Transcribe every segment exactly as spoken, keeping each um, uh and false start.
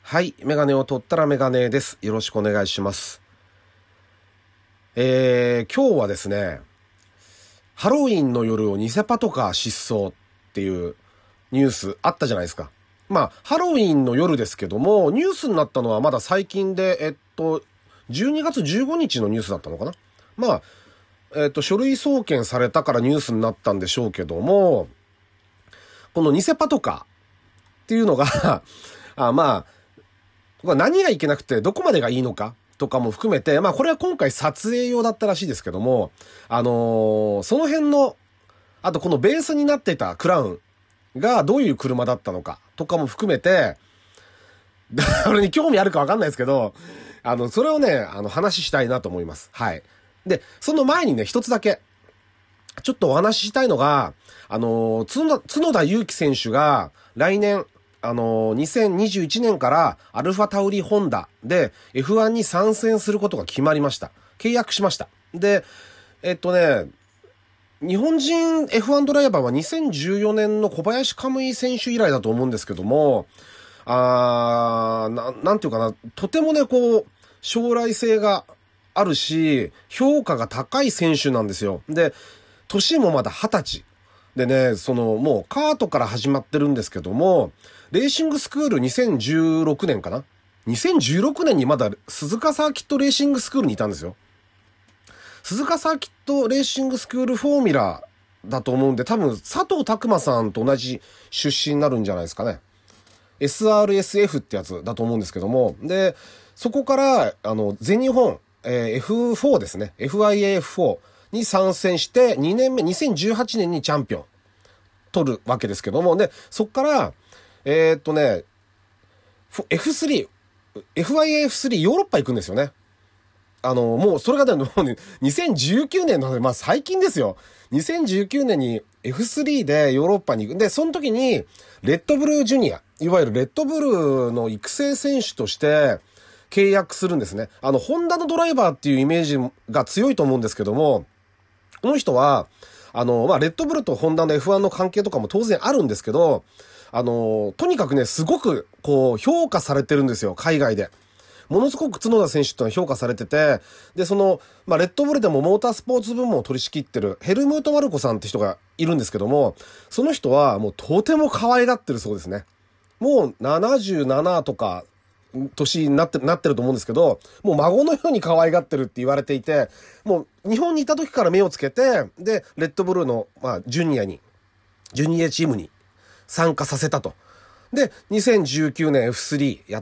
はい。メガネを取ったらメガネです。よろしくお願いします。えー、今日はですね、ハロウィンの夜をニセパトカー失踪っていうニュースあったじゃないですか。まあ、ハロウィンの夜ですけども、ニュースになったのはまだ最近で、えっと、じゅうにがつじゅうごにちのニュースだったのかな。まあ、えっと、書類送検されたからニュースになったんでしょうけども、このニセパトカーっていうのが、あまあ、何がいけなくてどこまでがいいのかとかも含めて、まあこれは今回撮影用だったらしいですけども、あのー、その辺の、あとこのベースになっていたクラウンがどういう車だったのかとかも含めて、俺に興味あるかわかんないですけど、あの、それをね、あの話したいなと思います。はい。で、その前にね、一つだけ、ちょっとお話ししたいのが、あのー、角田、角田祐希選手が来年、あのー、にせんにじゅういちねんからアルファタウリホンダで エフワン に参戦することが決まりました。契約しました。で、えっとね、日本人 エフワン ドライバーはにせんじゅうよねんの小林カムイ選手以来だと思うんですけども、あー、な、なんていうかな、とてもね、こう、将来性があるし、評価が高い選手なんですよ。で、年もまだはたち。でね、その、もうカートから始まってるんですけども、レーシングスクールにせんじゅうろくねんかな ?にせんじゅうろくねんにまだ鈴鹿サーキットレーシングスクールにいたんですよ。鈴鹿サーキットレーシングスクールフォーミュラだと思うんで、多分佐藤拓磨さんと同じ出身になるんじゃないですかね。エスアールエスエフ ってやつだと思うんですけども、で、そこから、あの、全日本、えー、エフフォー ですね。エフアイエーエフフォー に参戦して、にねんめ、にせんじゅうはちねんにチャンピオン取るわけですけども、で、そっから、えー、っとね、エフスリー、エフアイエーエフスリー ヨーロッパ行くんですよね。あの、もうそれがね、もうね、にせんじゅうきゅうねんなので、まあ最近ですよ。にせんじゅうきゅうねんに エフスリー でヨーロッパに行く。で、その時に、レッドブルジュニア、いわゆるレッドブルの育成選手として契約するんですね。あの、ホンダのドライバーっていうイメージが強いと思うんですけども、この人は、あの、まあ、レッドブルとホンダの エフワン の関係とかも当然あるんですけど、あの、とにかくね、すごく、こう、評価されてるんですよ、海外で。ものすごく角田選手ってのは評価されてて、で、その、まあ、レッドブルでもモータースポーツ部門を取り仕切ってるヘルムート・マルコさんって人がいるんですけども、その人はもうとても可愛がってるそうですね。もうななじゅうななとか、年になって、なってると思うんですけど、もう孫のように可愛がってるって言われていて、もう日本にいた時から目をつけて、で、レッドブルーの、まあ、ジュニアに、ジュニアチームに参加させたと。で、にせんじゅうきゅうねん エフスリー やって、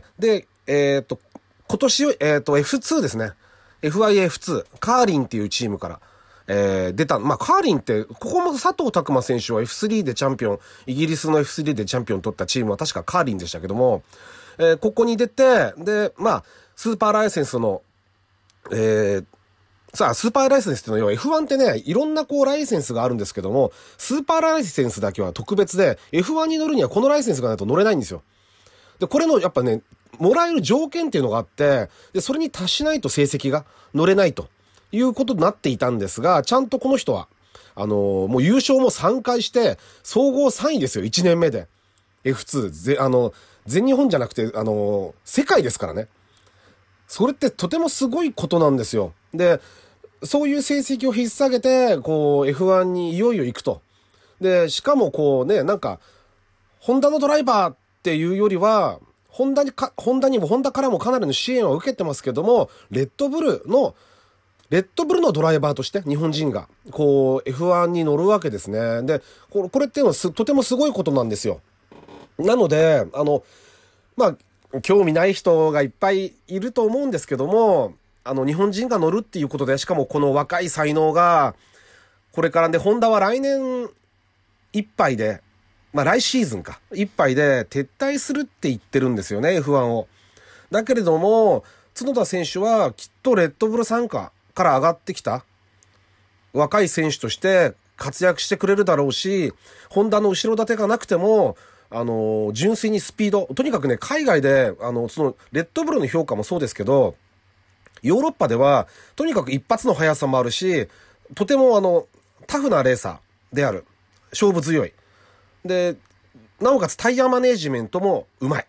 で、えっと、今年、えっと、エフツー ですね。エフアイエーエフツー、カーリンっていうチームから、えー、出た。まあ、カーリンって、ここも佐藤拓磨選手は エフスリー でチャンピオン、イギリスの エフスリー でチャンピオン取ったチームは確かカーリンでしたけども、えー、ここに出て、で、まあ、スーパーライセンスの、えー、さあ、スーパーライセンスっていうのは、要は エフワン ってね、いろんなこうライセンスがあるんですけども、スーパーライセンスだけは特別で、エフワン に乗るにはこのライセンスがないと乗れないんですよ。で、これのやっぱね、もらえる条件っていうのがあって、で、それに達しないと成績が乗れないということになっていたんですが、ちゃんとこの人は、あのー、もう優勝もさんかいして、総合さんいですよ、いちねんめで。エフツー、ぜ、あの、全日本じゃなくて、あのー、世界ですからね。それってとてもすごいことなんですよ。で、そういう成績を引っ提げて、こう、エフワン にいよいよ行くと。で、しかもこうね、なんか、ホンダのドライバーっていうよりは、ホンダにか、ホンダにも、ホンダからもかなりの支援を受けてますけども、レッドブルの、レッドブルのドライバーとして日本人が、こう、エフワン に乗るわけですね。で、これ、これっていうのはす、とてもすごいことなんですよ。なので、あの、まあ、興味ない人がいっぱいいると思うんですけども、あの、日本人が乗るっていうことで、しかもこの若い才能が、これからね、ホンダは来年いっぱいで、まあ来シーズンか、いっぱいで撤退するって言ってるんですよね、エフワン を。だけれども、角田選手はきっとレッドブル参加から上がってきた若い選手として活躍してくれるだろうし、ホンダの後ろ盾がなくても、あの、純粋にスピード、とにかくね、海外で、あの、その、レッドブルの評価もそうですけど、ヨーロッパでは、とにかく一発の速さもあるし、とてもあの、タフなレーサーである。勝負強い。で、なおかつタイヤマネージメントもうまい。っ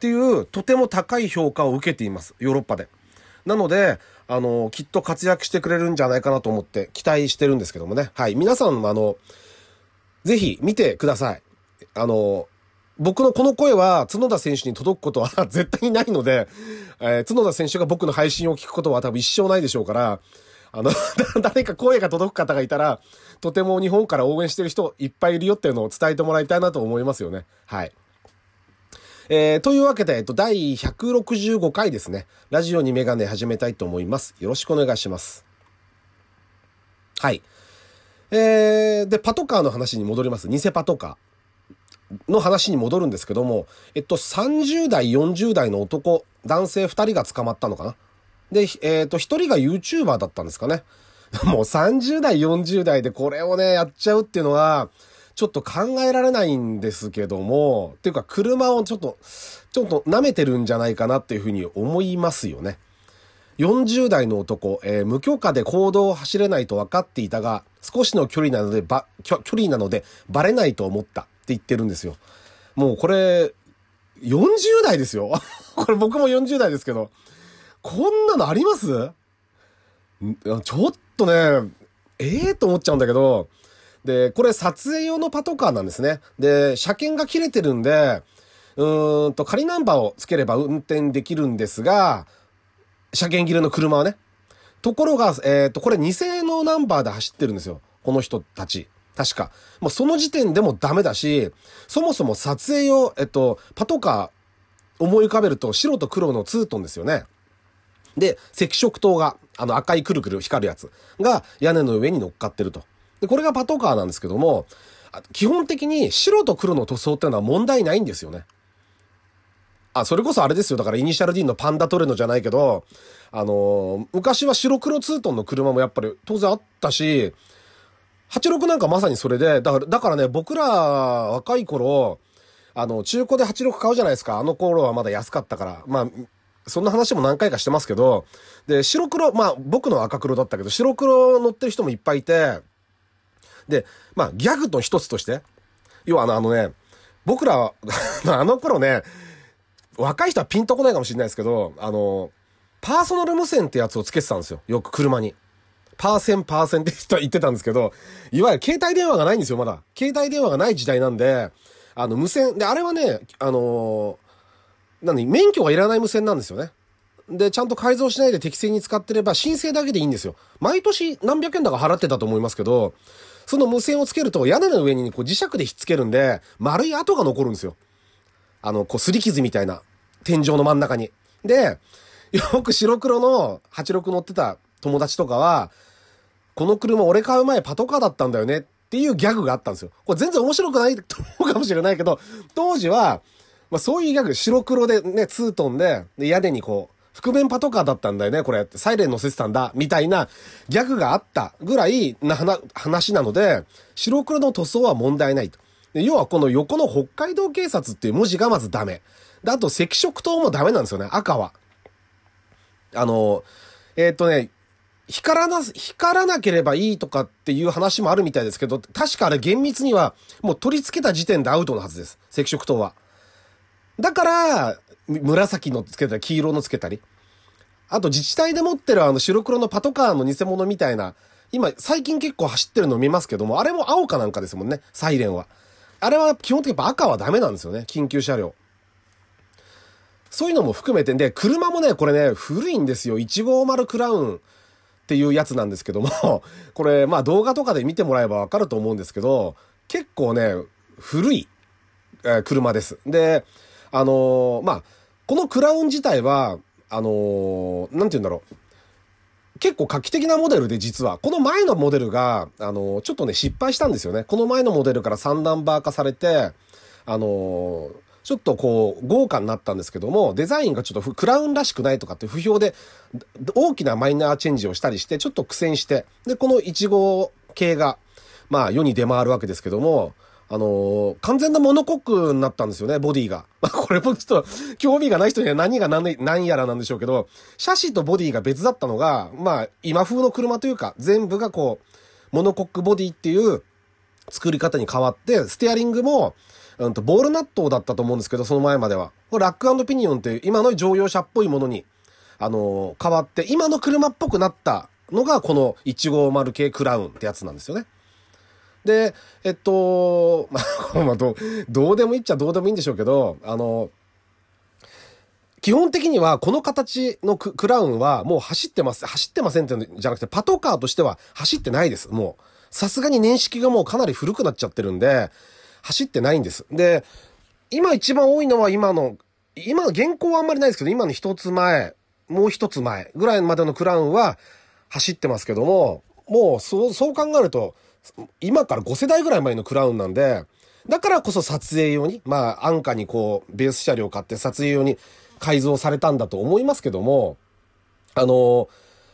っていうとても高い評価を受けています。ヨーロッパで。なので、あの、きっと活躍してくれるんじゃないかなと思って期待してるんですけどもね。はい。皆さん、あの、ぜひ見てください。あの、僕のこの声は角田選手に届くことは絶対にないので、えー、角田選手が僕の配信を聞くことは多分一生ないでしょうから、あの、誰か声が届く方がいたら、とても日本から応援してる人いっぱいいるよっていうのを伝えてもらいたいなと思いますよね。はい。えー、というわけで、えっと、だいひゃくろくじゅうごかいですね。ラジオにメガネ始めたいと思います。よろしくお願いします。はい。えー、で、パトカーの話に戻ります。偽パトカーの話に戻るんですけども、えっと、さんじゅうだい、よんじゅうだいの男、男性ふたりが捕まったのかな。で、えっと、ひとりが YouTuber だったんですかね。もうさんじゅうだい、よんじゅうだいでこれをね、やっちゃうっていうのは、ちょっと考えられないんですけども、っていうか車をちょっと、ちょっと舐めてるんじゃないかなっていうふうに思いますよね。よんじゅうだいの男、えー、無許可で公道を走れないと分かっていたが、少しの距離なので、ば、距離なのでバレないと思ったって言ってるんですよ。もうこれ、よんじゅうだいですよ。これ僕もよんじゅうだいですけど、こんなのあります？ちょっとね、ええー、と思っちゃうんだけど、で、これ撮影用のパトカーなんですね。で、車検が切れてるんで、うーんと、仮ナンバーをつければ運転できるんですが、車検切れの車はね。ところが、えっと、これ偽のナンバーで走ってるんですよ。この人たち。確か。もうその時点でもダメだし、そもそも撮影用、えっと、パトカー思い浮かべると白と黒のツートンですよね。で、赤色灯が、あの赤いくるくる光るやつが屋根の上に乗っかってると。で、これがパトカーなんですけども、基本的に白と黒の塗装っていうのは問題ないんですよね。あ、それこそあれですよ。だからイニシャル D のパンダトレノじゃないけど、あのー、昔は白黒ツートンの車もやっぱり当然あったし、はちじゅうろくなんかまさにそれで、だから、だからね、僕ら若い頃、あの、中古ではちじゅうろく買うじゃないですか。あの頃はまだ安かったから。まあ、そんな話も何回かしてますけど、で、白黒、まあ僕の赤黒だったけど、白黒乗ってる人もいっぱいいて、で、まあギャグの一つとして、要はあの、あのね、僕ら、あの頃ね、若い人はピンとこないかもしれないですけど、あの、パーソナル無線ってやつをつけてたんですよ。よく車に。パーセンパーセンって言ってたんですけど、いわゆる携帯電話がないんですよ、まだ。携帯電話がない時代なんで、あの、無線、で、あれはね、あのー、何、免許がいらない無線なんですよね。で、ちゃんと改造しないで適正に使ってれば申請だけでいいんですよ。毎年何百円だか払ってたと思いますけど、その無線をつけると屋根の上にこう磁石でひっつけるんで、丸い跡が残るんですよ。あの、こう、擦り傷みたいな。天井の真ん中に。で、よく白黒のはちじゅうろく乗ってた友達とかは、この車俺買う前パトカーだったんだよねっていうギャグがあったんですよ。これ全然面白くないと思うかもしれないけど、当時は、まあそういうギャグ、白黒でね、ツートンで、で屋根にこう、覆面パトカーだったんだよね、これ。サイレン乗せてたんだ、みたいなギャグがあったぐらいな話なので、白黒の塗装は問題ないと。で要はこの横の北海道警察っていう文字がまずダメ。で、あと赤色灯もダメなんですよね、赤は。あの、えーっとね、光らな、光らなければいいとかっていう話もあるみたいですけど、確かあれ厳密にはもう取り付けた時点でアウトのはずです。赤色灯は。だから、紫のつけたり、黄色のつけたり。あと自治体で持ってるあの白黒のパトカーの偽物みたいな、今最近結構走ってるの見ますけども、あれも青かなんかですもんね、サイレンは。あれは基本的にやっぱ赤はダメなんですよね、緊急車両。そういうのも含めて、で、車もね、これね、古いんですよ。いちごーまるクラウンっていうやつなんですけども、これ、まあ動画とかで見てもらえばわかると思うんですけど、結構ね、古い、えー、車です。で、あのー、まあ、このクラウン自体は、あのー、なんて言うんだろう。結構画期的なモデルで実は、この前のモデルが、あのー、ちょっとね、失敗したんですよね。この前のモデルからさんナンバー化されて、あのー、ちょっとこう、豪華になったんですけども、デザインがちょっとクラウンらしくないとかって不評で、大きなマイナーチェンジをしたりして、ちょっと苦戦して、で、このいち号系が、まあ世に出回るわけですけども、あのー、完全なモノコックになったんですよね、ボディが。まあこれもちょっと興味がない人には何が何、何やらなんでしょうけど、シャシとボディが別だったのが、まあ今風の車というか、全部がこう、モノコックボディっていう、 作り方に変わって、ステアリングも、うんと、ボール納豆だったと思うんですけど、その前までは。ラック&ピニオンっていう今の乗用車っぽいものに、あのー、変わって、今の車っぽくなったのが、このいちごーまる系クラウンってやつなんですよね。で、えっと、まあ、どう、どうでもいいっちゃどうでもいいんでしょうけど、あの、基本的にはこの形の ク, クラウンはもう走ってます。走ってませんってじゃなくて、パトカーとしては走ってないです。もう。さすがに年式がもうかなり古くなっちゃってるんで、走ってないんです。で、今一番多いのは今の、今、現行はあんまりないですけど、今の一つ前、もう一つ前ぐらいまでのクラウンは走ってますけども、もうそう、そう考えると、今からご世代ぐらい前のクラウンなんで、だからこそ撮影用に、まあ安価にこう、ベース車両を買って撮影用に改造されたんだと思いますけども、あの、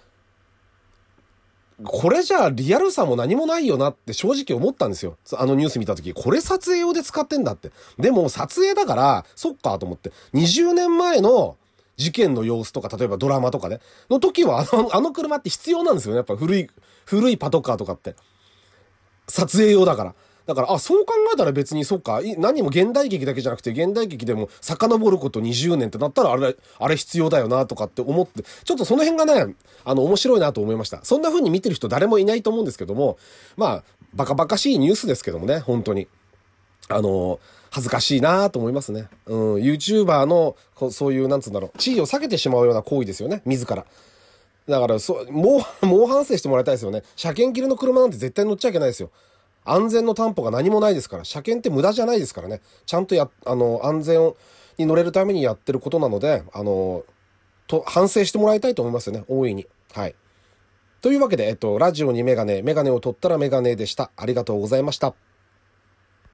これじゃあリアルさも何もないよなって正直思ったんですよ。あのニュース見たとき、これ撮影用で使ってんだって。でも撮影だから、そっかと思って、にじゅうねんまえの事件の様子とか、例えばドラマとかね、の時はあの、あの車って必要なんですよね。やっぱ古い、古いパトカーとかって。撮影用だから。だから、あ、そう考えたら別にそっか、何も現代劇だけじゃなくて、現代劇でも遡ることにじゅうねんってなったら、あれ、あれ必要だよなとかって思って、ちょっとその辺がね、あの、面白いなと思いました。そんな風に見てる人誰もいないと思うんですけども、まあ、バカバカしいニュースですけどもね、本当に。あの、恥ずかしいなと思いますね。うん、YouTuber の、そういう、なんつうんだろう、地位を下げてしまうような行為ですよね、自ら。だから、そう、もう、もう反省してもらいたいですよね。車検切れの車なんて絶対乗っちゃいけないですよ。安全の担保が何もないですから、車検って無駄じゃないですからね。ちゃんとや、あの、安全に乗れるためにやってることなので、あの、と、反省してもらいたいと思いますよね、大いに。はい。というわけで、えっと、ラジオにメガネ、メガネを取ったらメガネでした。ありがとうございました。